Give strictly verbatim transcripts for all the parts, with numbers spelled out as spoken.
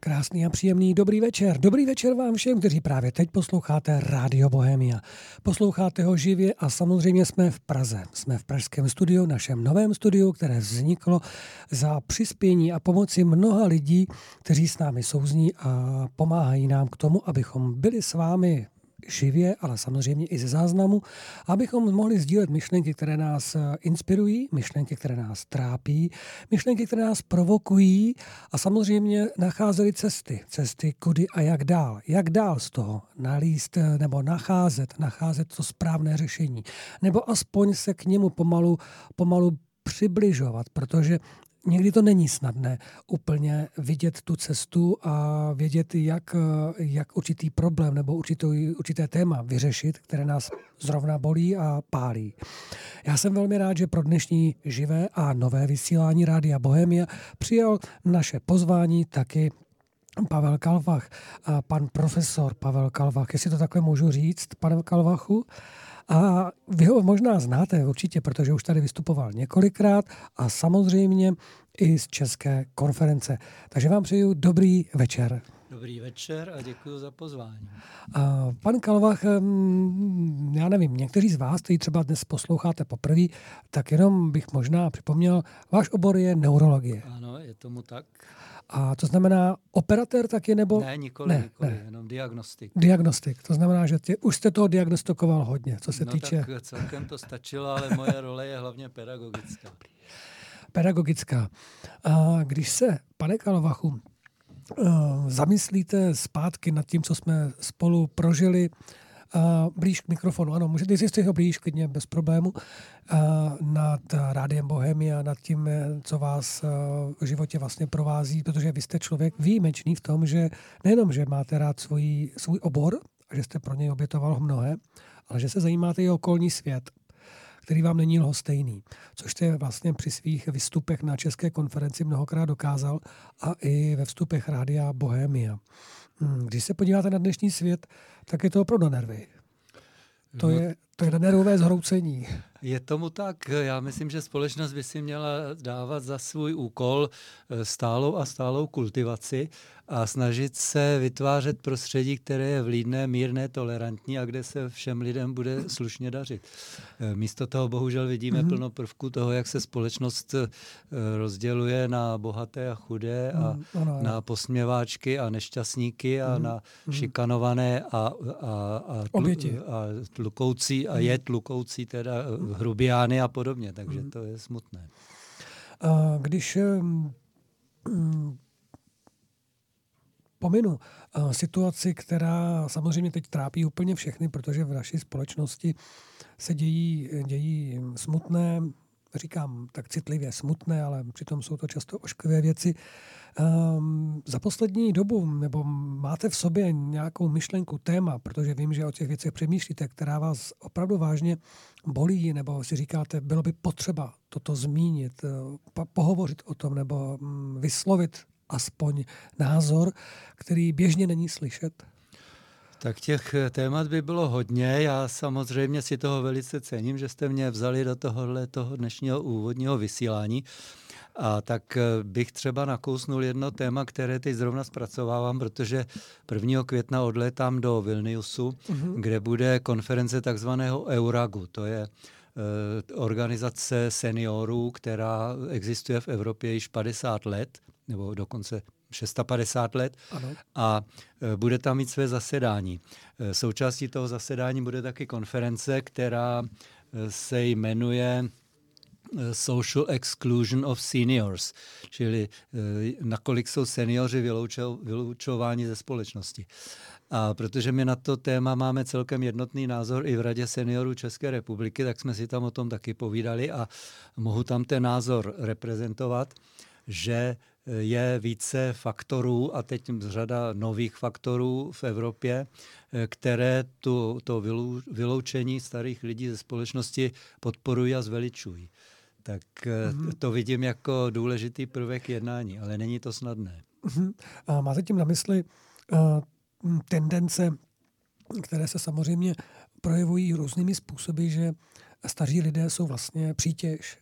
Krásný a příjemný dobrý večer. Dobrý večer vám všem, kteří právě teď posloucháte Rádio Bohemia. Posloucháte ho živě a samozřejmě jsme v Praze. Jsme v pražském studiu, našem novém studiu, které vzniklo za přispění a pomoci mnoha lidí, kteří s námi souzní a pomáhají nám k tomu, abychom byli s vámi živě, ale samozřejmě i ze záznamu, abychom mohli sdílet myšlenky, které nás inspirují, myšlenky, které nás trápí, myšlenky, které nás provokují a samozřejmě nacházeli cesty, cesty kudy a jak dál. Jak dál z toho nalíst nebo nacházet, nacházet to správné řešení. Nebo aspoň se k němu pomalu, pomalu přibližovat, protože někdy to není snadné úplně vidět tu cestu a vědět, jak, jak určitý problém nebo určitý, určité téma vyřešit, které nás zrovna bolí a pálí. Já jsem velmi rád, že pro dnešní živé a nové vysílání Rádia Bohemia přijal naše pozvání taky Pavel Kalvach, a pan profesor Pavel Kalvach. Jestli to takhle můžu říct, pane Kalvachu? A vy ho možná znáte určitě, protože už tady vystupoval několikrát a samozřejmě i z České konference. Takže vám přeju dobrý večer. Dobrý večer a děkuji za pozvání. A pan Kalvach, já nevím, někteří z vás, kteří třeba dnes posloucháte poprvé, tak jenom bych možná připomněl, váš obor je neurologie. Ano, je tomu tak. A to znamená operatér taky, nebo? Ne, nikoli, ne, nikoli, ne. jenom diagnostik. Diagnostik, to znamená, že tě, už jste toho diagnostikoval hodně, co se no týče... tak celkem to stačilo, ale moje role je hlavně pedagogická. Pedagogická. A když se, pane Kalvachu, zamyslíte zpátky nad tím, co jsme spolu prožili, blíž k mikrofonu, ano, můžete si ho blíž, klidně, bez problému, nad Rádiem Bohemia, nad tím, co vás v životě vlastně provází, protože vy jste člověk výjimečný v tom, že nejenom, že máte rád svůj, svůj obor, a že jste pro něj obětoval mnohé, ale že se zajímáte i o okolní svět, který vám není lhostejný, což jste vlastně při svých vystupech na České konferenci mnohokrát dokázal a i ve vstupech Rádia Bohemia. Když se podíváte na dnešní svět, tak je to opravdu nervy. To no, je, to je nervové zhroucení. Je tomu tak. Já myslím, že společnost by si měla dávat za svůj úkol stálou a stálou kultivaci a snažit se vytvářet prostředí, které je vlídné, mírné, tolerantní a kde se všem lidem bude slušně dařit. Místo toho bohužel vidíme mm-hmm. plno prvků toho, jak se společnost rozděluje na bohaté a chudé a mm, ano, ano. na posměváčky a nešťastníky a mm-hmm. na šikanované a, a, a, tlu, a tlukoucí a je tlukoucí teda hrubiány a podobně, takže to je smutné. A když um, um, pominu uh, situaci, která samozřejmě teď trápí úplně všechny, protože v naší společnosti se dějí, dějí smutné, říkám tak citlivě smutné, ale přitom jsou to často ošklivé věci. Um, za poslední dobu, nebo máte v sobě nějakou myšlenku, téma, protože vím, že o těch věcech přemýšlíte, která vás opravdu vážně bolí, nebo si říkáte, bylo by potřeba toto zmínit, po- pohovořit o tom, nebo um, vyslovit aspoň názor, který běžně není slyšet? Tak těch témat by bylo hodně. Já samozřejmě si toho velice cením, že jste mě vzali do tohohle toho dnešního úvodního vysílání. A tak bych třeba nakousnul jedno téma, které teď zrovna zpracovávám, protože prvního května odlétám do Vilniusu, mm-hmm. kde bude konference takzvaného EURAGu. To je e, organizace seniorů, která existuje v Evropě již padesát let, nebo dokonce padesát šest let ano. a e, bude tam mít své zasedání. E, součástí toho zasedání bude taky konference, která e, se jmenuje Social Exclusion of Seniors, čili e, nakolik jsou seniori vyloučo, vyloučováni ze společnosti. A protože my na to téma máme celkem jednotný názor i v Radě seniorů České republiky, tak jsme si tam o tom taky povídali a mohu tam ten názor reprezentovat, že je více faktorů a teď řada nových faktorů v Evropě, které tu, to vyloučení starých lidí ze společnosti podporují a zveličují. Tak mm-hmm. to vidím jako důležitý prvek jednání, ale není to snadné. Mm-hmm. A máte tím na mysli uh, tendence, které se samozřejmě projevují různými způsoby, že staří lidé jsou vlastně přítěž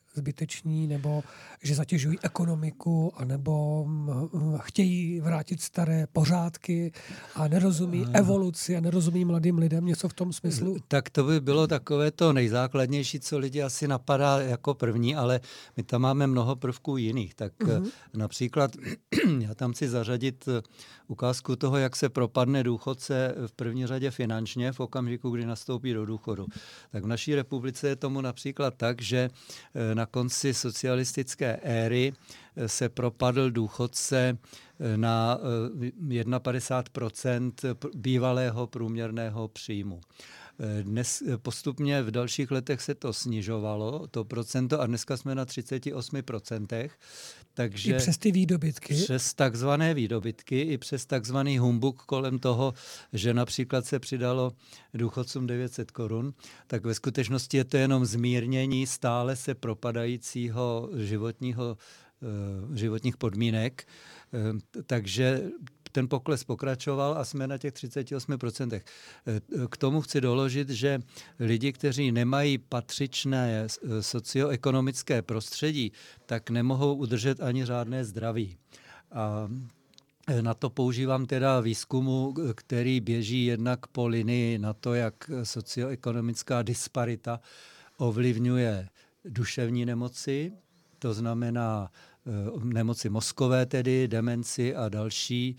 zbyteční, nebo že zatěžují ekonomiku, anebo chtějí vrátit staré pořádky a nerozumí evoluci a nerozumí mladým lidem, něco v tom smyslu? Tak to by bylo takové to nejzákladnější, co lidi asi napadá jako první, ale my tam máme mnoho prvků jiných. Tak uh-huh. například já tam chci zařadit ukázku toho, jak se propadne důchodce v první řadě finančně v okamžiku, kdy nastoupí do důchodu. Tak v naší republice je tomu například tak, že na konci socialistické éry se propadl důchodce na padesát jedna procent bývalého průměrného příjmu. Dnes postupně v dalších letech se to snižovalo, to procento, a dneska jsme na třicet osm procent. Takže I přes ty výdobytky? Přes takzvané výdobytky, i přes takzvaný humbuk kolem toho, že například se přidalo důchodcům devět set korun, tak ve skutečnosti je to jenom zmírnění stále se propadajícího životního, životních podmínek. Takže ten pokles pokračoval a jsme na těch třicet osm procent. K tomu chci doložit, že lidi, kteří nemají patřičné socioekonomické prostředí, tak nemohou udržet ani řádné zdraví. A na to používám teda výzkumu, který běží jednak po linii na to, jak socioekonomická disparita ovlivňuje duševní nemoci, to znamená nemoci mozkové, tedy demenci a další,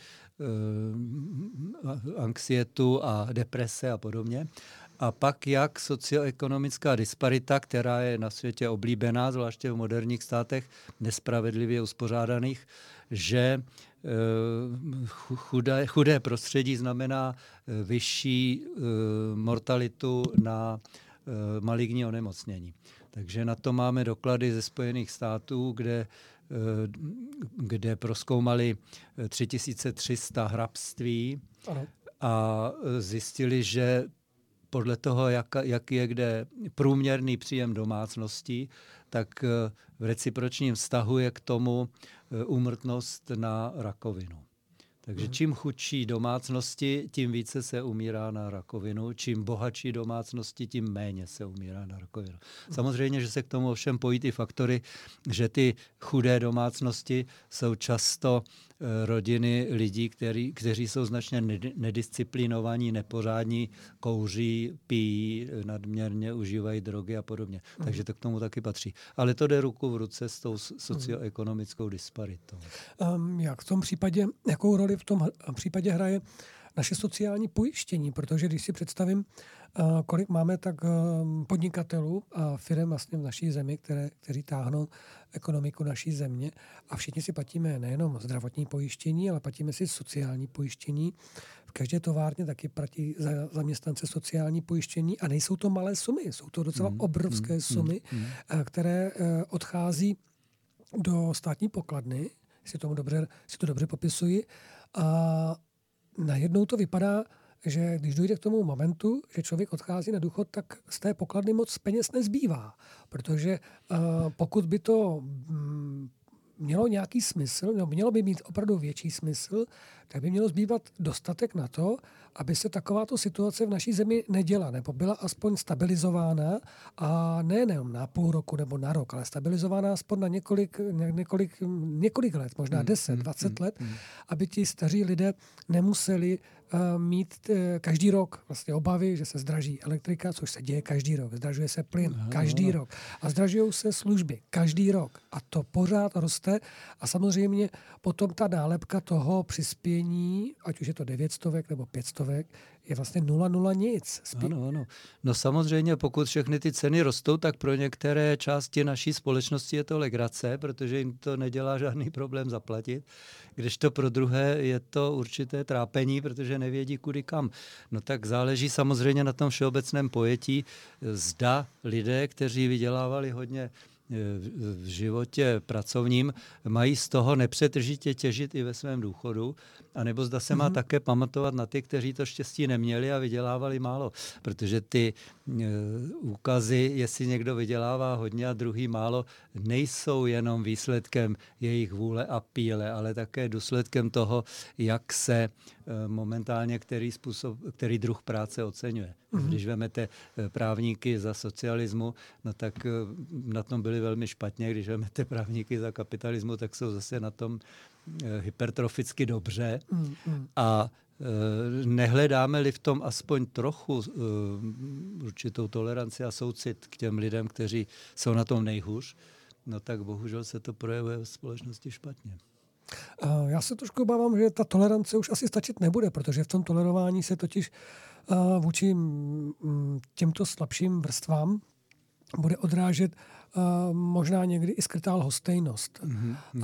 anxietu a deprese a podobně. A pak jak socioekonomická disparita, která je na světě oblíbená, zvláště v moderních státech, nespravedlivě uspořádaných, že chudé, chudé prostředí znamená vyšší mortalitu na maligní onemocnění. Takže na to máme doklady ze Spojených států, kde kde prozkoumali tři tisíce tři sta hrabství a zjistili, že podle toho, jak, jak je kde průměrný příjem domácností, tak v recipročním vztahu je k tomu úmrtnost na rakovinu. Takže čím chudší domácnosti, tím více se umírá na rakovinu. Čím bohatší domácnosti, tím méně se umírá na rakovinu. Samozřejmě, že se k tomu ovšem pojí ty faktory, že ty chudé domácnosti jsou často rodiny lidí, který, kteří jsou značně nedisciplinovaní, nepořádní, kouří, pijí, nadměrně užívají drogy a podobně. Mm. Takže to k tomu taky patří. Ale to jde ruku v ruce s tou socioekonomickou disparitou. Um, jak v tom případě, jakou roli v tom případě hraje naše sociální pojištění? Protože když si představím, uh, kolik máme tak uh, podnikatelů a firem vlastně v naší zemi, které, kteří táhnou ekonomiku naší země a všichni si platíme nejenom zdravotní pojištění, ale platíme si sociální pojištění. V každé továrně taky platí za zaměstnance sociální pojištění a nejsou to malé sumy, jsou to docela mm, obrovské mm, sumy, mm, mm. které uh, odchází do státní pokladny, si, tomu dobře, si to dobře popisuji, a najednou to vypadá, že když dojde k tomu momentu, že člověk odchází na důchod, tak z té pokladny moc peněz nezbývá. Protože uh, pokud by to um, mělo nějaký smysl, no mělo by mít opravdu větší smysl, tak by mělo zbývat dostatek na to, aby se takováto situace v naší zemi neděla, nebo byla aspoň stabilizována a ne jenom na půl roku nebo na rok, ale stabilizována aspoň na několik, několik, několik let, možná deset, dvacet let, aby ti staří lidé nemuseli uh, mít uh, každý rok vlastně obavy, že se zdraží elektrika, což se děje každý rok, zdražuje se plyn aha, každý aha. rok a zdražují se služby každý rok a to pořád roste a samozřejmě potom ta nálepka toho přispění, ať už je to devět stovek nebo pět stovek, je vlastně nula nula nic. Spí... Ano, ano. No samozřejmě, pokud všechny ty ceny rostou, tak pro některé části naší společnosti je to legrace, protože jim to nedělá žádný problém zaplatit, kdežto pro druhé je to určité trápení, protože nevědí kudy kam. No tak záleží samozřejmě na tom všeobecném pojetí, zda lidé, kteří vydělávali hodně v životě pracovním, mají z toho nepřetržitě těžit i ve svém důchodu, anebo zda se má mm-hmm. také pamatovat na ty, kteří to štěstí neměli a vydělávali málo. Protože ty e, úkazy, jestli někdo vydělává hodně a druhý málo, nejsou jenom výsledkem jejich vůle a píle, ale také důsledkem toho, jak se e, momentálně který, způsob, který druh práce oceňuje. Mm-hmm. Když vezmete právníky za socialismu, no tak e, na tom byli byli velmi špatně, když vezmete právníky za kapitalismu, tak jsou zase na tom hypertroficky dobře. Mm, mm. A nehledáme-li v tom aspoň trochu určitou toleranci a soucit k těm lidem, kteří jsou na tom nejhůř, no tak bohužel se to projevuje v společnosti špatně. Já se trošku obávám, že ta tolerance už asi stačit nebude, protože v tom tolerování se totiž vůči těmto slabším vrstvám bude odrážet uh, možná někdy i skrytá lhostejnost. Mm-hmm. No,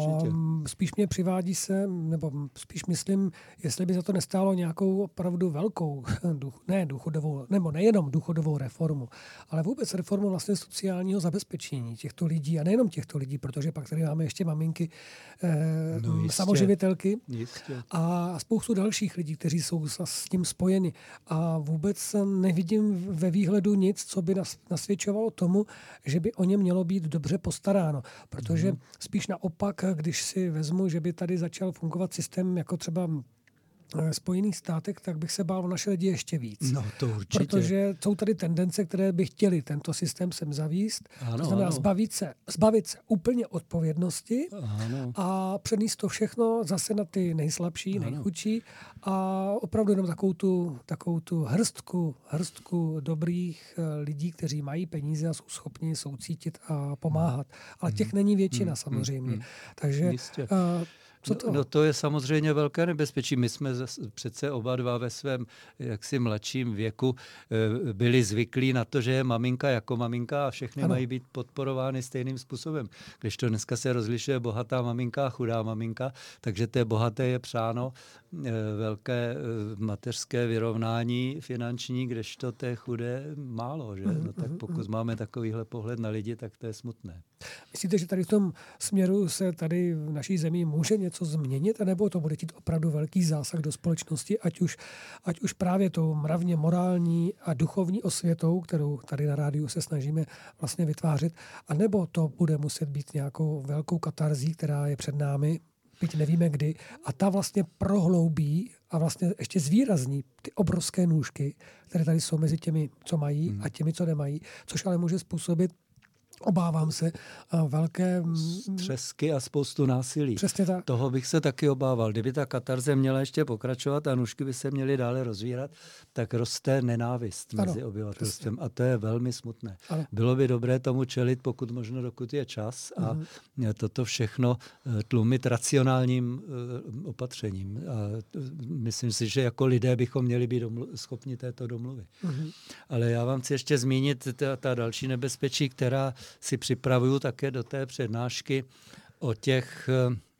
a spíš mě přivádí se, nebo spíš myslím, jestli by za to nestálo nějakou opravdu velkou, ne důchodovou, nebo nejenom důchodovou reformu, ale vůbec reformu vlastně sociálního zabezpečení těchto lidí a nejenom těchto lidí, protože pak tady máme ještě maminky, eh, no jistě, samoživitelky jistě. A spoustu dalších lidí, kteří jsou s tím spojeni. A vůbec nevidím ve výhledu nic, co by nas, nasvědčovalo tomu, že by o ně mělo být dobře postaráno. Protože mm. spíš naopak, když si vezmu, že by tady začal fungovat systém jako třeba v Spojených státech, tak bych se bál o naše lidi ještě víc. No to určitě. Protože jsou tady tendence, které by chtěli tento systém sem zavíst. Ano, to znamená ano. Zbavit, se, zbavit se úplně odpovědnosti ano. a přenést to všechno zase na ty nejslabší, ano. nejchudší a opravdu jenom takovou tu, takovou tu hrstku, hrstku dobrých lidí, kteří mají peníze a jsou schopni soucítit a pomáhat. Ale těch není většina samozřejmě. Hmm. Takže Co to? No, no to je samozřejmě velké nebezpečí. My jsme přece oba dva ve svém jaksi mladším věku byli zvyklí na to, že je maminka jako maminka a všechny ano. mají být podporovány stejným způsobem. Když to dneska se rozlišuje bohatá maminka a chudá maminka, takže té bohaté je přáno velké mateřské vyrovnání finanční, kdežto té chudé málo. Že? No, tak pokud máme takovýhle pohled na lidi, tak to je smutné. Myslíte, že tady v tom směru se tady v naší zemi může něco změnit, anebo to bude chtít opravdu velký zásah do společnosti, ať už, ať už právě tou mravně morální a duchovní osvětou, kterou tady na rádiu se snažíme vlastně vytvářet, anebo to bude muset být nějakou velkou katarzí, která je před námi, byť nevíme kdy, a ta vlastně prohloubí a vlastně ještě zvýrazní ty obrovské nůžky, které tady jsou mezi těmi, co mají hmm. a těmi, co nemají, což ale může způsobit, obávám se, velké střesky a spoustu násilí. Přesně tak. Toho bych se taky obával. Kdyby ta katarze měla ještě pokračovat a nůžky by se měly dále rozvírat, tak roste nenávist ano, mezi obyvatelstvem. Přesně. A to je velmi smutné. Ano. Bylo by dobré tomu čelit, pokud možno, dokud je čas a mhm. toto všechno tlumit racionálním opatřením. A myslím si, že jako lidé bychom měli být domlu- schopni této domluvy. Mhm. Ale já vám chci ještě zmínit ta, ta další nebezpečí, která si připravuju také do té přednášky o těch,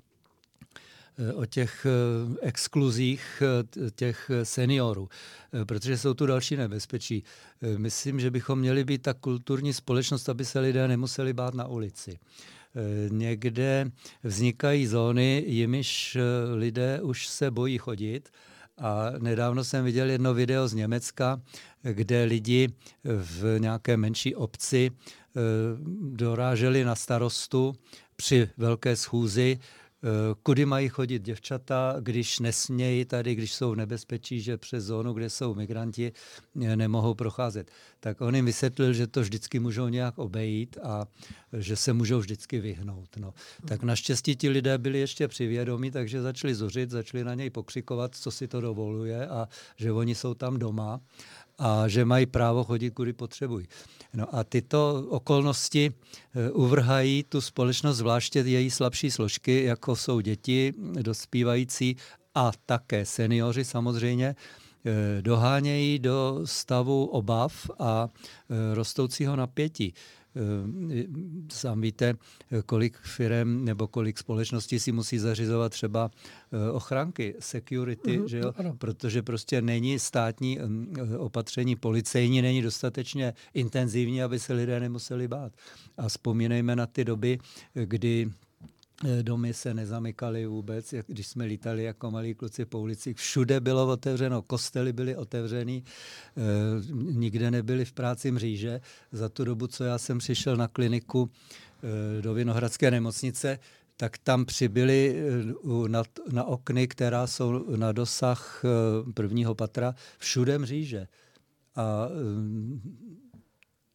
o těch exkluzích těch seniorů, protože jsou tu další nebezpečí. Myslím, že bychom měli být ta kulturní společnost, aby se lidé nemuseli bát na ulici. Někde vznikají zóny, jimiž lidé už se bojí chodit. A nedávno jsem viděl jedno video z Německa, kde lidi v nějaké menší obci doráželi na starostu při velké schůzi, kudy mají chodit děvčata, když nesmějí tady, když jsou v nebezpečí, že přes zónu, kde jsou migranti, nemohou procházet. Tak on jim vysvětlil, že to vždycky můžou nějak obejít a že se můžou vždycky vyhnout. No. Tak naštěstí ti lidé byli ještě přivědomí, takže začali zuřit, začali na něj pokřikovat, co si to dovoluje a že oni jsou tam doma a že mají právo chodit, kudy potřebují. No a tyto okolnosti uvrhají tu společnost, zvláště její slabší složky, jako jsou děti, dospívající a také seniori samozřejmě, dohánějí do stavu obav a rostoucího napětí. Sám víte, kolik firem nebo kolik společností si musí zařizovat třeba ochránky, security, mm, že jo? Protože prostě není státní opatření policejní, není dostatečně intenzivní, aby se lidé nemuseli bát. A vzpomínejme na ty doby, kdy domy se nezamykaly vůbec, jak když jsme lítali jako malí kluci po ulicích. Všude bylo otevřeno, kostely byly otevřený, e, nikde nebyly v práci mříže. Za tu dobu, co já jsem přišel na kliniku e, do Vinohradské nemocnice, tak tam přibyly e, na, na okny, která jsou na dosah e, prvního patra, všude mříže. A e,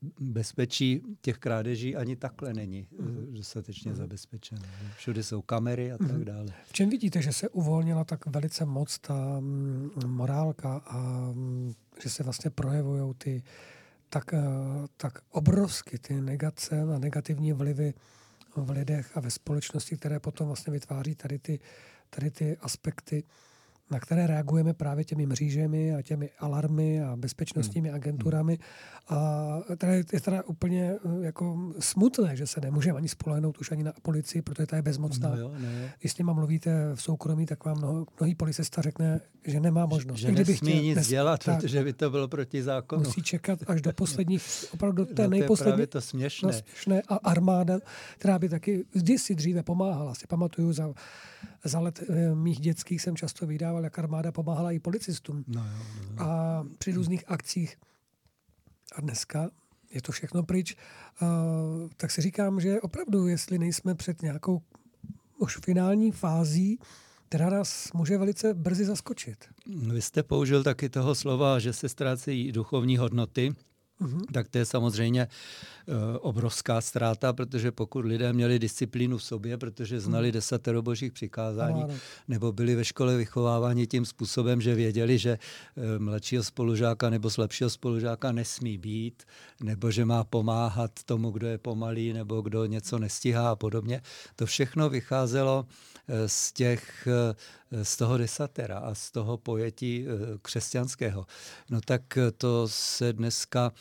bezpečí těch krádeží ani takhle není mm. dostatečně mm. zabezpečené. Všude jsou kamery a tak mm. dále. V čem vidíte, že se uvolnila tak velice moc ta mm, morálka a mm, že se vlastně projevují ty tak, tak obrovsky ty negace a negativní vlivy v lidech a ve společnosti, které potom vlastně vytváří tady ty, tady ty aspekty, na které reagujeme právě těmi mřížemi a těmi alarmy a bezpečnostními hmm. agenturami. A teda je teda úplně jako smutné, že se nemůžeme ani spolehnout už ani na policii, protože ta je bezmocná. No jo, no jo. Když s nima mluvíte v soukromí, tak vám mnoho, mnohý policista řekne, že nemá možnost. Že nesmí chtěl, nic nes... dělat, tak, protože by to bylo proti zákonu. Musí čekat až do posledních, opravdu do té no, nejposlední. To je právě to směšné. No, směšné. A armáda, která by taky kdysi dříve pomáhala. Si pamatuju, za, za let e, mých dětských jsem často vydával, jak armáda pomáhala i policistům. No jo, no jo. A při různých akcích. A dneska je to všechno pryč. Uh, tak si říkám, že opravdu, jestli nejsme před nějakou už finální fází, která nás může velice brzy zaskočit. Vy jste použil taky toho slova, že se ztrácejí duchovní hodnoty. Mm-hmm. Tak to je samozřejmě uh, obrovská ztráta, protože pokud lidé měli disciplínu v sobě, protože znali mm. desatero božích přikázání, ano, ano. nebo byli ve škole vychováváni tím způsobem, že věděli, že uh, mladšího spolužáka nebo slabšího spolužáka nesmí být, nebo že má pomáhat tomu, kdo je pomalý, nebo kdo něco nestihá a podobně. To všechno vycházelo uh, z těch uh, z toho desatera a z toho pojetí křesťanského. No tak to se dneska,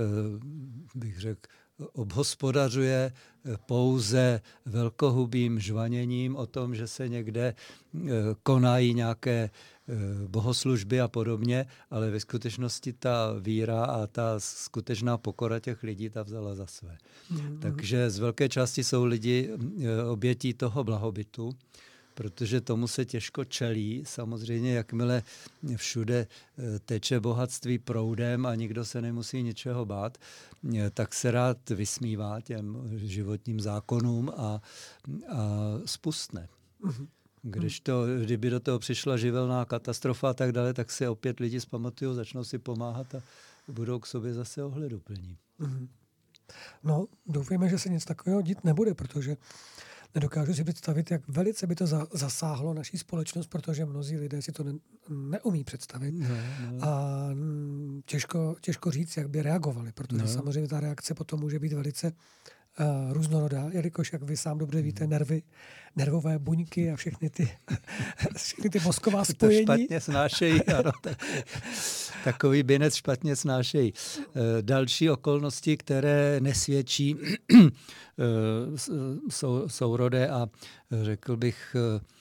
bych řekl, obhospodařuje pouze velkohubým žvaněním o tom, že se někde konají nějaké bohoslužby a podobně, ale ve skutečnosti ta víra a ta skutečná pokora těch lidí ta vzala za své. Mm-hmm. Takže z velké části jsou lidi obětí toho blahobytu, protože tomu se těžko čelí. Samozřejmě, jakmile všude teče bohatství proudem a nikdo se nemusí ničeho bát, tak se rád vysmívá těm životním zákonům a, a spustne. Když to, kdyby do toho přišla živelná katastrofa a tak dále, tak se opět lidi zpamatují, začnou si pomáhat a budou k sobě zase ohleduplní. No, doufejme, že se nic takového dít nebude, protože nedokážu si představit, jak velice by to za, zasáhlo naší společnost, protože mnozí lidé si to ne, neumí představit. No, no. A těžko, těžko říct, jak by reagovali, protože no. samozřejmě ta reakce potom může být velice uh, různorodá, jelikož, jak vy sám dobře víte, nervy, nervové buňky a všechny ty, všechny ty mozková spojení. To špatně snášejí, ano, takový, takový binec špatně snášejí. Uh, další okolnosti, které nesvědčí Sou, sourodé a řekl bych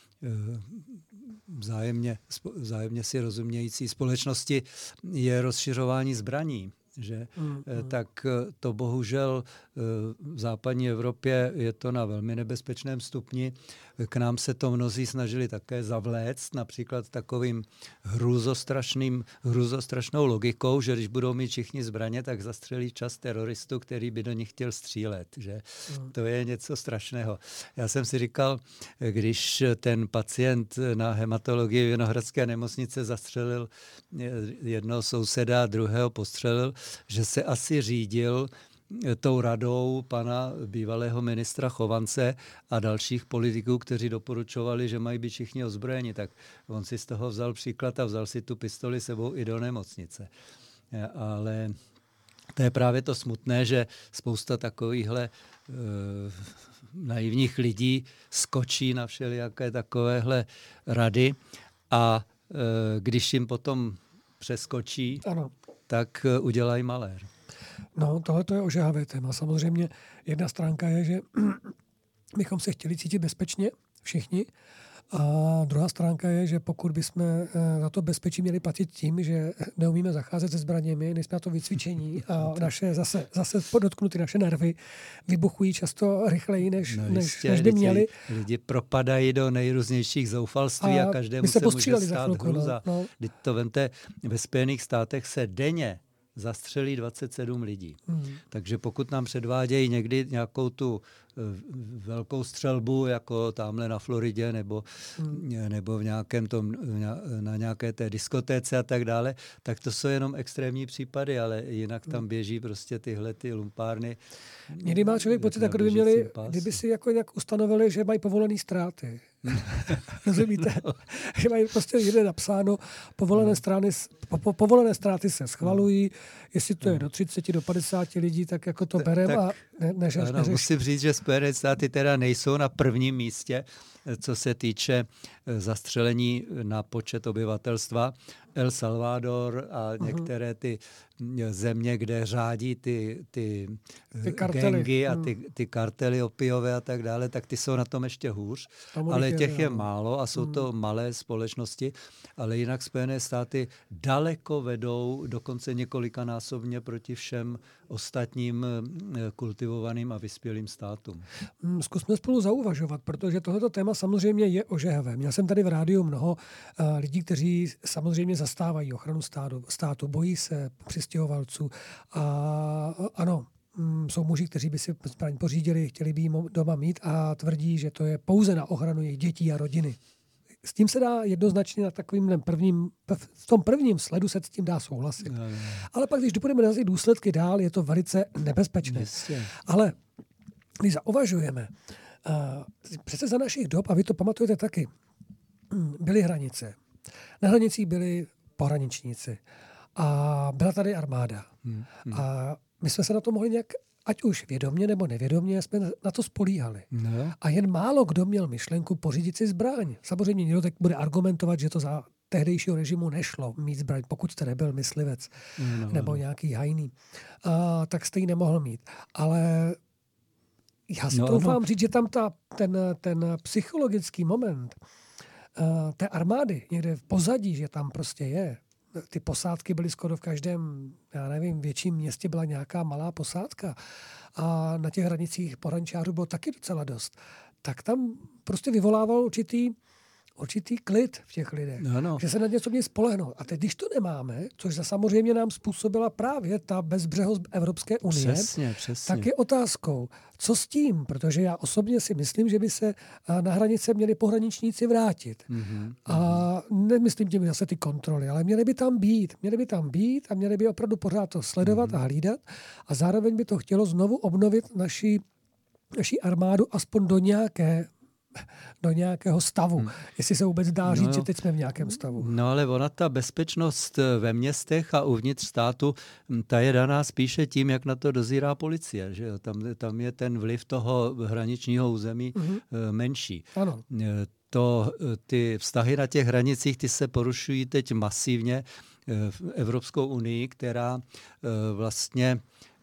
vzájemně, vzájemně si rozumějící společnosti je rozšiřování zbraní. Že? Mm, mm. Tak to bohužel v západní Evropě je to na velmi nebezpečném stupni. K nám se to mnozí snažili také zavléct, například takovým hrůzostrašným, hrůzostrašnou logikou, že když budou mít všichni zbraně, tak zastřelí čas teroristu, který by do nich chtěl střílet. Že? Mm. To je něco strašného. Já jsem si říkal, když ten pacient na hematologii Vinohradské nemocnice zastřelil jednoho souseda a druhého postřelil, že se asi řídil tou radou pana bývalého ministra Chovance a dalších politiků, kteří doporučovali, že mají být všichni ozbrojeni. Tak on si z toho vzal příklad a vzal si tu pistoli sebou i do nemocnice. Ale to je právě to smutné, že spousta takovýchhle e, naivních lidí skočí na všelijaké takovéhle rady a e, když jim potom přeskočí, ano. tak udělají malér. No, tohle to je ožehavé téma. Samozřejmě jedna stránka je, že bychom se chtěli cítit bezpečně všichni. A druhá stránka je, že pokud bychom za to bezpečí měli platit tím, že neumíme zacházet se zbraněmi, nejsme na to vycvičení a naše zase, zase podotknuty naše nervy vybuchují často rychleji, než, no, než, jistě, než by měli. Lidi, lidi propadají do nejrůznějších zoufalství a, a každému se, se může stát hrůza. No, no. To vemte, ve Spojených státech se denně zastřelí dvacet sedm lidí. Hmm. Takže pokud nám předvádějí někdy nějakou tu velkou střelbu, jako tamhle na Floridě, nebo, hmm. nebo v nějakém tom, na nějaké té diskotéce a tak dále, tak to jsou jenom extrémní případy, ale jinak tam běží prostě tyhle ty lumpárny. Někdy má člověk pocit, jako kdyby měli, kdyby si jako nějak ustanovili, že mají povolené ztráty. Rozumíte? No. Že mají prostě jde napsáno, povolené, no. strany, po, po, povolené ztráty se schvalují, no. jestli to je do třicet, do padesáti lidí, tak jako to berem tak, a ne, než, ano, neřeš... Musím říct, že Spojené státy teda nejsou na prvním místě, co se týče zastřelení na počet obyvatelstva. El Salvador a některé ty země, kde řádí ty, ty, ty gangy a ty, ty kartely opiové a tak dále, tak ty jsou na tom ještě hůř. Ale těch je málo a jsou to malé společnosti, ale jinak Spojené státy daleko vedou, dokonce několikanásobně proti všem ostatním kultivovaným a vyspělým státům. Zkusme spolu zauvažovat, protože tohleto téma samozřejmě je ožehavé. Měl jsem tady v rádiu mnoho uh, lidí, kteří samozřejmě zastávají ochranu státu, státu, bojí se přistěhovalců a uh, ano, um, jsou muži, kteří by si zbraň pořídili, chtěli by ji doma mít a tvrdí, že to je pouze na ochranu jejich dětí a rodiny. S tím se dá jednoznačně na takovým prvním, v tom prvním sledu se s tím dá souhlasit. No, no. Ale pak, když půjdeme na ty důsledky dál, je to velice nebezpečné. Jistě. Ale když zauvažujeme, uh, přece za našich dob, a vy to pamatujete taky, byly hranice. Na hranicích byli pohraničníci. A byla tady armáda. Hmm, hmm. A my jsme se na to mohli nějak, ať už vědomě nebo nevědomě, jsme na to spolíhali. No. A jen málo kdo měl myšlenku pořídit si zbraň. Samozřejmě někdo tak bude argumentovat, že to za tehdejšího režimu nešlo mít zbraň, pokud jste nebyl myslivec no. nebo nějaký hajný. A, tak jste ji nemohl mít. Ale já si no, troufám no. říct, že tam ta, ten, ten psychologický moment uh, té armády někde v pozadí, že tam prostě je. Ty posádky byly skoro v každém, já nevím, větším městě byla nějaká malá posádka a na těch hranicích pohraničářů bylo taky docela dost. Tak tam prostě vyvolával určitý určitý klid v těch lidech, no, no. že se na něco mě spolehnou. A teď, když to nemáme, což za samozřejmě nám způsobila právě ta bezbřehost Evropské unie, přesně, přesně. tak je otázkou, co s tím? Protože já osobně si myslím, že by se na hranice měli pohraničníci vrátit. Mm-hmm. A nemyslím tím zase ty kontroly, ale měli by tam být. Měli by tam být a měli by opravdu pořád to sledovat mm-hmm. a hlídat. A zároveň by to chtělo znovu obnovit naši, naši armádu aspoň do nějaké do nějakého stavu. Hmm. Jestli se vůbec dá říct, no, že teď jsme v nějakém stavu. No ale ona ta bezpečnost ve městech a uvnitř státu, ta je daná spíše tím, jak na to dozírá policie. Že? Tam, tam je ten vliv toho hraničního území hmm. menší. Ano. To, ty vztahy na těch hranicích, ty se porušují teď masivně v Evropskou unii, která vlastně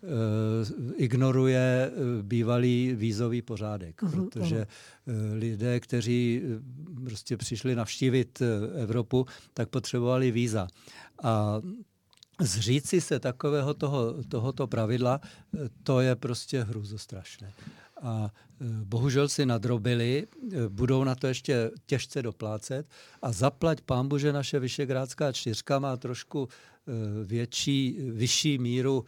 ignoruje bývalý vízový pořádek, mm-hmm, protože ano. lidé, kteří prostě přišli navštívit Evropu, tak potřebovali víza. A zříci se takového toho, tohoto pravidla, to je prostě hrůzostrašné. A bohužel si nadrobili, budou na to ještě těžce doplácet a zaplať pánbu, že naše Visegrádská čtyřka má trošku větší, vyšší míru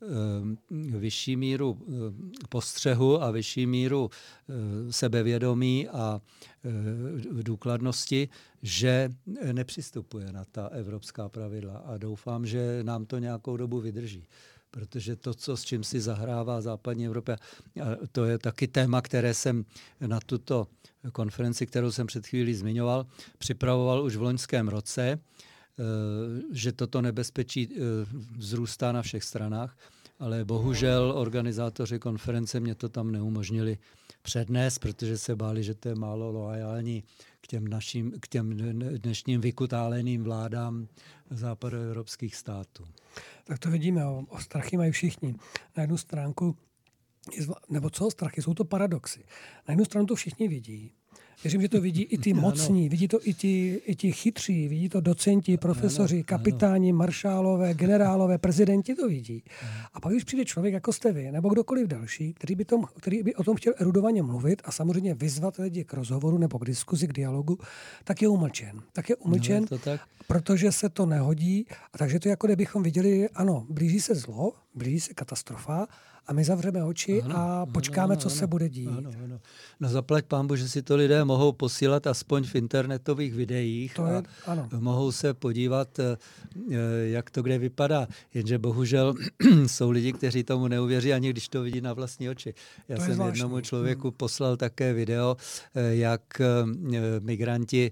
vyšší míru postřehu a vyšší míru sebevědomí a důkladnosti, že nepřistupuje na ta evropská pravidla. A doufám, že nám to nějakou dobu vydrží. Protože to, co, s čím si zahrává západní Evropa, to je taky téma, které jsem na tuto konferenci, kterou jsem před chvílí zmiňoval, připravoval už v loňském roce, že toto nebezpečí vzrůstá na všech stranách, ale bohužel organizátoři konference mě to tam neumožnili přednést, protože se báli, že to je málo loajální k těm, našim, k těm dnešním vykutáleným vládám západoevropských států. Tak to vidíme, o, o strachy mají všichni. Na jednu stránku, nebo co strachy, jsou to paradoxy. Na jednu stranu to všichni vidí. Věřím, že to vidí i ty mocní, vidí to i ti, i ti chytří, vidí to docenti, profesoři, ano, kapitáni, ano. maršálové, generálové, prezidenti to vidí. A pak, když přijde člověk, jako jste vy, nebo kdokoliv další, který by, tom, který by o tom chtěl erudovaně mluvit a samozřejmě vyzvat lidi k rozhovoru nebo k diskuzi, k dialogu, tak je umlčen. Tak je umlčen, no, tak. protože se to nehodí. A takže to jako kdybychom viděli, ano, blíží se zlo, blíží se katastrofa, a my zavřeme oči ano, a počkáme, ano, co ano, se bude dít. Ano, ano. No zaplať pánbu, že si to lidé mohou posílat aspoň v internetových videích To je, a ano. mohou se podívat, jak to kde vypadá. Jenže bohužel jsou lidi, kteří tomu neuvěří, ani když to vidí na vlastní oči. Já To je jsem zvláštní. jednomu člověku poslal také video, jak migranti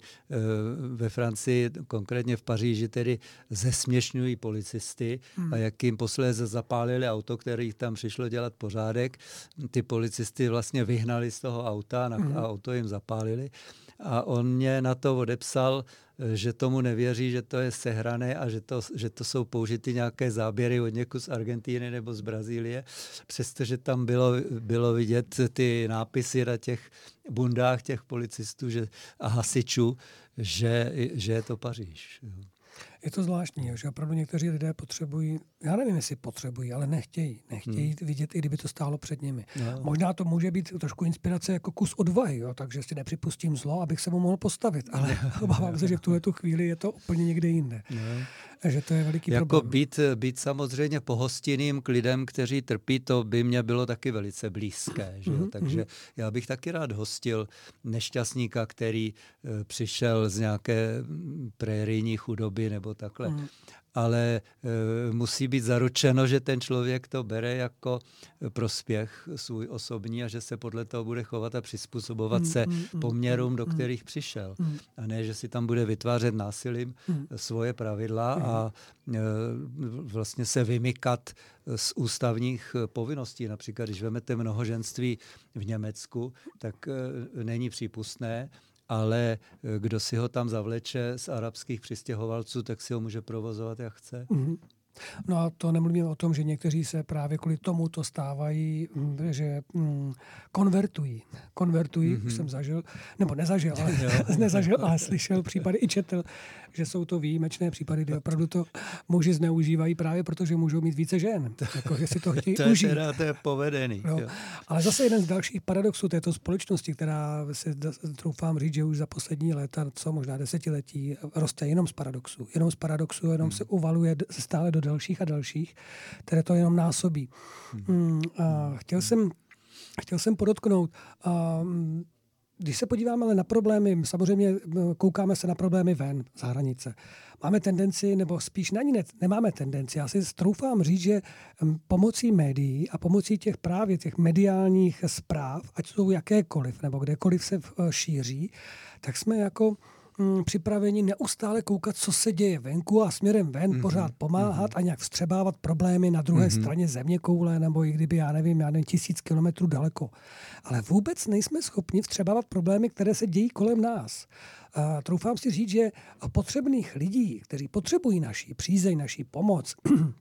ve Francii, konkrétně v Paříži, tedy zesměšňují policisty hmm. a jak jim posléze zapálili auto, který tam přišlo dělat pořádek. Ty policisty vlastně vyhnali z toho auta hmm. a auto jim zapálili. A on mě na to odepsal, že tomu nevěří, že to je sehrané a že to, že to jsou použity nějaké záběry od někud z Argentíny nebo z Brazílie, přestože tam bylo, bylo vidět ty nápisy na těch bundách těch policistů že, a hasičů, že, že je to Paříž. Je to zvláštní, že opravdu někteří lidé potřebují, já nevím, jestli potřebují, ale nechtějí. Nechtějí hmm. vidět, i kdyby to stálo před nimi. No. Možná to může být trošku inspirace jako kus odvahy, jo? Takže si nepřipustím zlo, abych se mu mohl postavit. Ale obávám se, že v tuhle tu chvíli je to úplně někde jinde. No. Že to je veliký jako problém. Být, být samozřejmě pohostinným k lidem, kteří trpí, to by mě bylo taky velice blízké. Že? Mm-hmm. Takže já bych taky rád hostil nešťastníka, který e, přišel z nějaké prérijní chudoby nebo takhle. Mm. Ale e, musí být zaručeno, že ten člověk to bere jako prospěch svůj osobní a že se podle toho bude chovat a přizpůsobovat mm, se mm, poměrům, mm, do kterých přišel. Mm. A ne, že si tam bude vytvářet násilím mm. svoje pravidla mm. a e, vlastně se vymykat z ústavních povinností. Například, když vezmete mnohoženství v Německu, tak e, není přípustné, ale kdo si ho tam zavleče z arabských přistěhovalců, tak si ho může provozovat, jak chce. Mm-hmm. No a to nemluvím o tom, že někteří se právě kvůli tomu to stávají, že mm, konvertují. Konvertují, mm-hmm. už jsem zažil, nebo nezažil, ale, nezažil, ale slyšel případy i četl, že jsou to výjimečné případy, kdy opravdu to muži zneužívají právě proto, že můžou mít více žen. Jako, že si to chtějí to je užít. Teda, to je povedený. No, ale zase jeden z dalších paradoxů této společnosti, která se troufám říct, že už za poslední léta, co možná desetiletí, roste jenom z paradoxů. Jenom z paradoxů, jenom hmm. se uvaluje stále do dalších a dalších, které to jenom násobí. Hmm. A chtěl jsem, chtěl jsem podotknout, a když se podíváme ale na problémy, samozřejmě koukáme se na problémy ven, za hranice. Máme tendenci, nebo spíš na ní ne, nemáme tendenci. Já si troufám říct, že pomocí médií a pomocí těch právě těch mediálních zpráv, ať jsou jakékoliv, nebo kdekoliv se šíří, tak jsme jako připraveni neustále koukat, co se děje venku a směrem ven mm-hmm. pořád pomáhat mm-hmm. a nějak vstřebávat problémy na druhé mm-hmm. straně zeměkoule nebo i kdyby, já nevím, já nevím, tisíc kilometrů daleko. Ale vůbec nejsme schopni vstřebávat problémy, které se dějí kolem nás. A troufám si říct, že potřebných lidí, kteří potřebují naší přízeň, naší pomoc,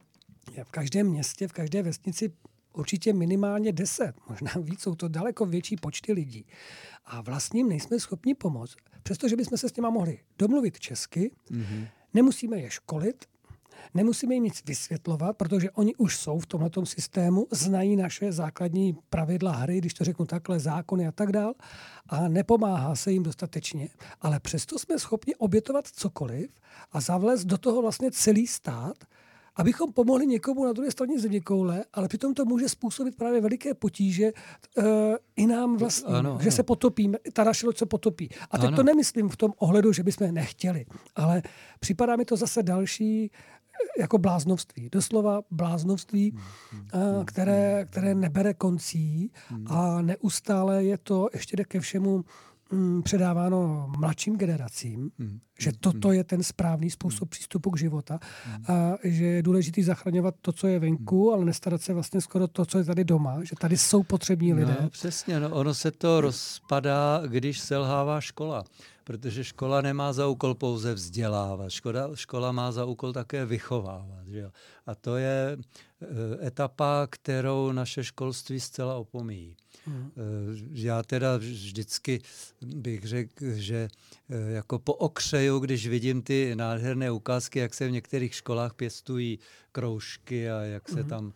je v každém městě, v každé vesnici určitě minimálně deset, možná víc, jsou to daleko větší počty lidí. A vlastně nejsme schopni pomoct, přestože bychom se s těma mohli domluvit česky, mm-hmm. nemusíme je školit, nemusíme jim nic vysvětlovat, protože oni už jsou v tomhletom systému, znají naše základní pravidla hry, když to řeknu takhle, zákony a tak dál, a nepomáhá se jim dostatečně. Ale přesto jsme schopni obětovat cokoliv a zavlézt do toho vlastně celý stát, abychom pomohli někomu na druhé straně zeměkoule, ale přitom to může způsobit právě veliké potíže uh, i nám vlastně, ano, že ano. se potopíme, ta naše loď se potopí. A teď ano. to nemyslím v tom ohledu, že bychom nechtěli, ale připadá mi to zase další jako bláznovství. Doslova bláznovství, hmm. uh, které, které nebere koncí hmm. a neustále je to ještě jde ke všemu mm, předáváno mladším generacím, hmm. že toto je ten správný způsob hmm. přístupu k života hmm. a že je důležitý zachraňovat to, co je venku, hmm. ale nestarat se vlastně skoro to, co je tady doma, že tady jsou potřební lidé. No, přesně, no, ono se to rozpadá, když selhává škola, protože škola nemá za úkol pouze vzdělávat, škola, škola má za úkol také vychovávat. Že jo? A to je e, etapa, kterou naše školství zcela opomíjí. Hmm. Já teda vždycky bych řekl, že jako pookřeju, když vidím ty nádherné ukázky, jak se v některých školách pěstují kroužky a jak se tam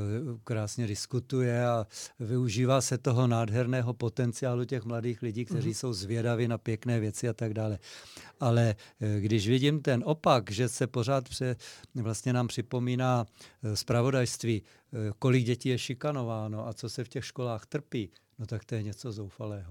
krásně diskutuje a využívá se toho nádherného potenciálu těch mladých lidí, kteří jsou zvědaví na pěkné věci a tak dále. Ale když vidím ten opak, že se pořád pře, vlastně nám připomíná zpravodaj zpravodajství, kolik dětí je šikanováno a co se v těch školách trpí, no tak to je něco zoufalého.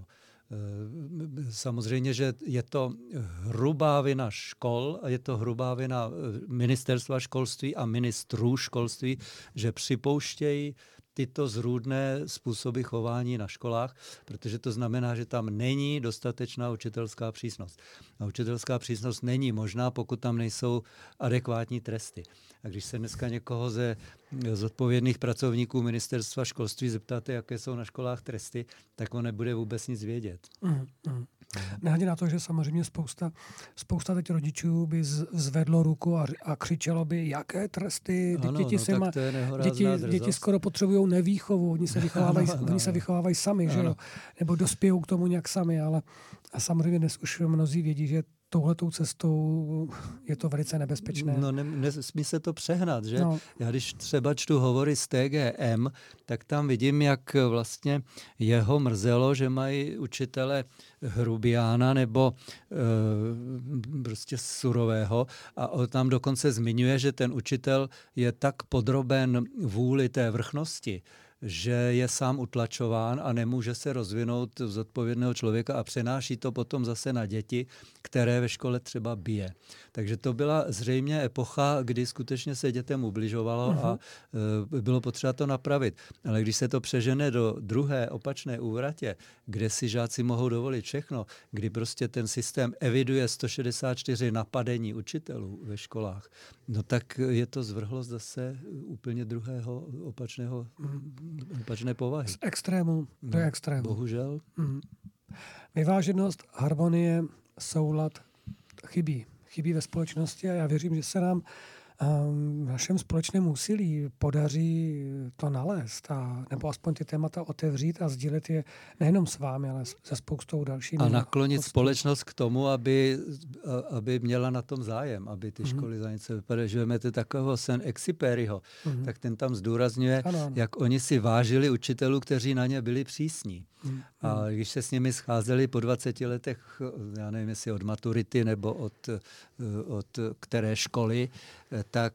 Samozřejmě, že je to hrubá vina škol a je to hrubá vina ministerstva školství a ministrů školství, že připouštějí tyto zrůdné způsoby chování na školách, protože to znamená, že tam není dostatečná učitelská přísnost. A učitelská přísnost není možná, pokud tam nejsou adekvátní tresty. A když se dneska někoho ze zodpovědných pracovníků ministerstva školství zeptáte, jaké jsou na školách tresty, tak on nebude vůbec nic vědět. Mm, mm. Nehledě na to, že samozřejmě spousta, spousta teď rodičů by zvedlo ruku a, a křičelo by, jaké tresty, ano, děti, no, se má, děti, děti skoro potřebují nevýchovu, oni se vychovávají, ano, ano, oni se vychovávají sami, že jo? Nebo dospějou k tomu nějak sami, ale a samozřejmě dnes už mnozí vědí, že touhletou cestou je to velice nebezpečné. No, ne, nesmí se to přehnat, že? No. Já když třeba čtu hovory z T G M, tak tam vidím, jak vlastně jeho mrzelo, že mají učitele hrubiána nebo e, prostě surového a on tam dokonce zmiňuje, že ten učitel je tak podroben vůli té vrchnosti, že je sám utlačován a nemůže se rozvinout v zodpovědného člověka a přenáší to potom zase na děti, které ve škole třeba bije. Takže to byla zřejmě epocha, kdy skutečně se dětem ubližovalo uh-huh. a e, bylo potřeba to napravit. Ale když se to přežene do druhé opačné úvratě, kde si žáci mohou dovolit všechno, kdy prostě ten systém eviduje sto šedesát čtyři napadení učitelů ve školách, no tak je to zvrhlost zase úplně druhého opačného opačné povahy. Z extrému do no, extrému. Bohužel. Mm. Vyváženost, harmonie, soulad chybí. Chybí ve společnosti a já věřím, že se nám um, v našem společném úsilí podaří to nalézt a nebo aspoň ty témata otevřít a sdílet je nejenom s vámi, ale se spoustou dalšími. A naklonit hosty. Společnost k tomu, aby, aby měla na tom zájem, aby ty mm-hmm. školy za něco vypadaly. Že vezmete takového Saint-Exupéryho, mm-hmm. tak ten tam zdůrazňuje, ano, ano. jak oni si vážili učitelů, kteří na ně byli přísní. Mm-hmm. A když se s nimi scházeli po dvaceti letech, já nevím, jestli od maturity nebo od, od které školy, tak,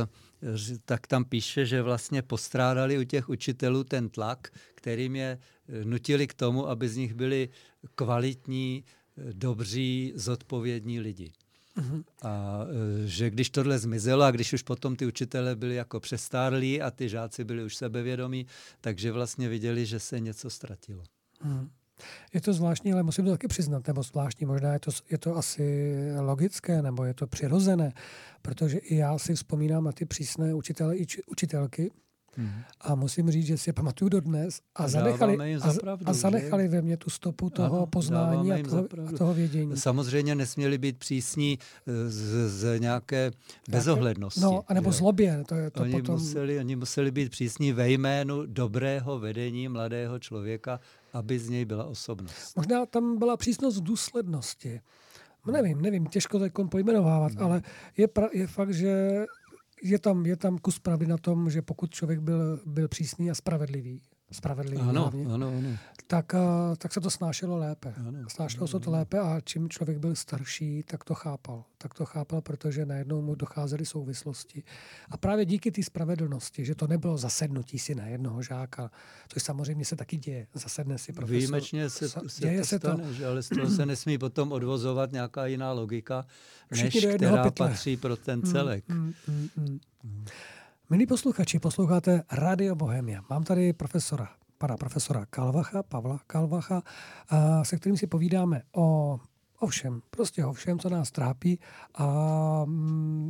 tak tam píše, že vlastně postrádali u těch učitelů ten tlak, kterým je nutili k tomu, aby z nich byli kvalitní, dobří, zodpovědní lidi. Mm-hmm. A že když tohle zmizelo a když už potom ty učitelé byli jako přestárlí a ty žáci byli už sebevědomí, takže vlastně viděli, že se něco ztratilo. Mm. Je to zvláštní, ale musím to taky přiznat, nebo zvláštní, možná je to, je to asi logické, nebo je to přirozené, protože i já si vzpomínám na ty přísné učitele i či, učitelky hmm. a musím říct, že si je pamatuju dodnes a, a zanechali, a, pravdu, a zanechali ve mně tu stopu toho ano, poznání a toho, a toho vědění. Samozřejmě nesměli být přísní z, z nějaké bezohlednosti. No, anebo že? Zlobě. To je to oni, potom... museli, oni museli být přísní ve jménu dobrého vedení mladého člověka, aby z něj byla osobnost. Možná tam byla přísnost v důslednosti. Nevím, nevím, těžko teď pojmenovávat, no. ale je, pra, je fakt, že je tam, je tam kus pravdy na tom, že pokud člověk byl, byl přísný a spravedlivý, spravedlivý ano, hlavně, ano, ano. Tak, tak se to snášelo lépe. Ano, snášelo ano, se to lépe a čím člověk byl starší, tak to chápal. Tak to chápal, protože najednou mu docházely souvislosti. A právě díky té spravedlnosti, že to nebylo zasednutí si na jednoho žáka, což samozřejmě se taky děje. Zasedne si profesor. Výjimečně se, se, děje to se stane, to. Že, ale z toho se nesmí potom odvozovat nějaká jiná logika, než která pytle. Patří pro ten celek. Mm, mm, mm, mm. Milí posluchači, posloucháte Radio Bohemia. Mám tady profesora, pana profesora Kalvacha, Pavla Kalvacha, a se kterým si povídáme o, o všem, prostě o všem, co nás trápí. A mm,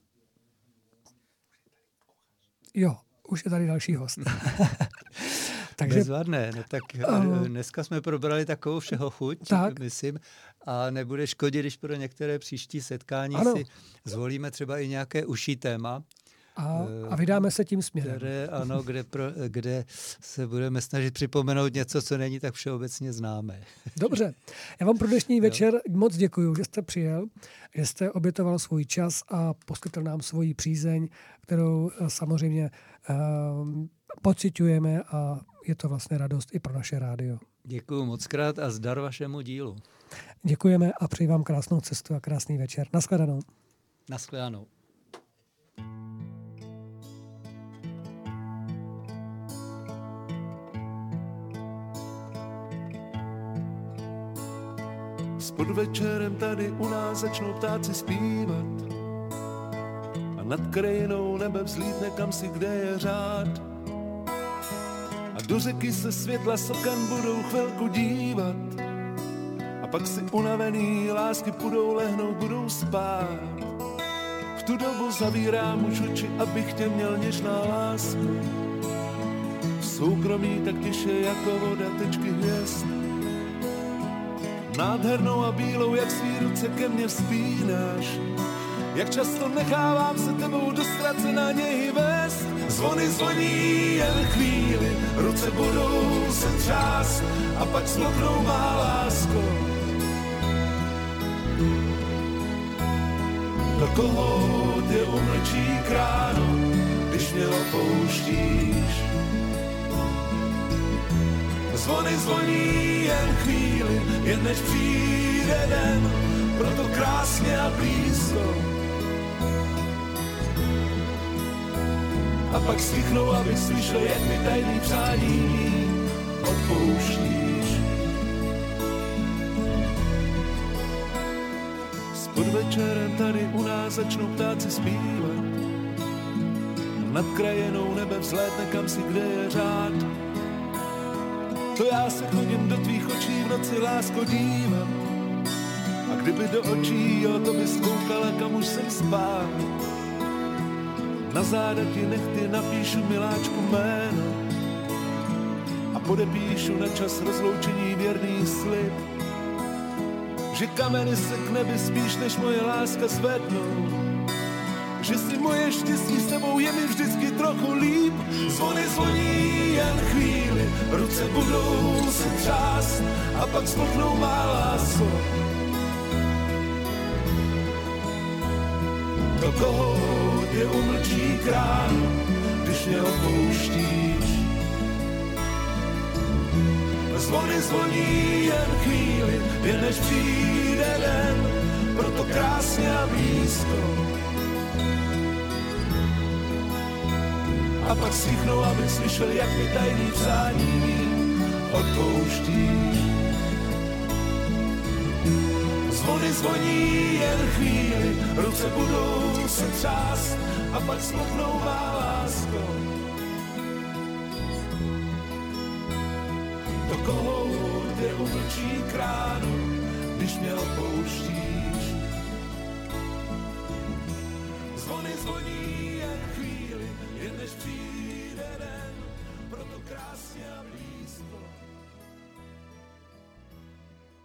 jo, už je tady další host. Takže, bezvadné, no tak uh, dneska jsme probrali takovou všeho chuť, tak. myslím, a nebude škodit, když pro některé příští setkání ano. si zvolíme třeba i nějaké uší téma. A, a vydáme se tím směrem. Které, ano, kde, pro, kde se budeme snažit připomenout něco, co není tak všeobecně známé. Dobře. Já vám pro dnešní večer no. moc děkuju, že jste přijel, že jste obětoval svůj čas a poskytl nám svoji přízeň, kterou samozřejmě uh, pociťujeme a je to vlastně radost i pro naše rádio. Děkuju moc krát a zdar vašemu dílu. Děkujeme a přeji vám krásnou cestu a krásný večer. Naschledanou. Naschledanou. podvečerem tady u nás začnou ptáci zpívat a nad krajinou nebe vzlítne kam si, kde je řád. A do řeky se světla sokan budou chvilku dívat a pak si unavený lásky půjdou lehnout, budou spát. V tu dobu zavírám už oči, abych tě měl, něžná lásko. V soukromí tak tiše jako voda tečky hvězd. Nádhernou a bílou, jak svý ruce ke mně vzpínáš. Jak často nechávám se tebou do ztracená něhy vést. Zvony zvoní jen chvíli, ruce budou se třást a pak smlknou, má lásko. Do koho tě umlčí kráno, když mě opouštíš. Zvony zvoní jen chvíli, jen než přijde den, proto krásně a blízko. A pak stichnou, abych slyšel, jak mi tajný přání odpouštíš. S podvečerem tady u nás začnou ptáci zpívat. Nad krajinou nebe vzlétne kam si, kde je řád. To já se chodím do tvých očí v noci, lásko, dívat. A kdyby do očí, jo, to bys koukala, kam už jsem spál. Na záda ti nechty napíšu, miláčku, jméno a podepíšu na čas rozloučení věrný slib, že kameny se k nebi spíš než moje láska zvednou, že si moje štěstí s tebou je mi vždycky trochu líp. Zvony zvoní jen chvíli, ruce budou se třást a pak smlknou, má lásko. Do koho tě umlčí kráno, když mě opouštíš. Zvony zvoní jen chvíli, jen než přijde den, proto krásně a blízko. A pak stichnou, abych slyšel, jak mi tajný přání odpouštíš. Zvony zvoní jen chvíli, ruce budou se třást a pak smlknou, má lásko. Do koho tě umlčí kránu, když mě opouštíš. Zvony zvoní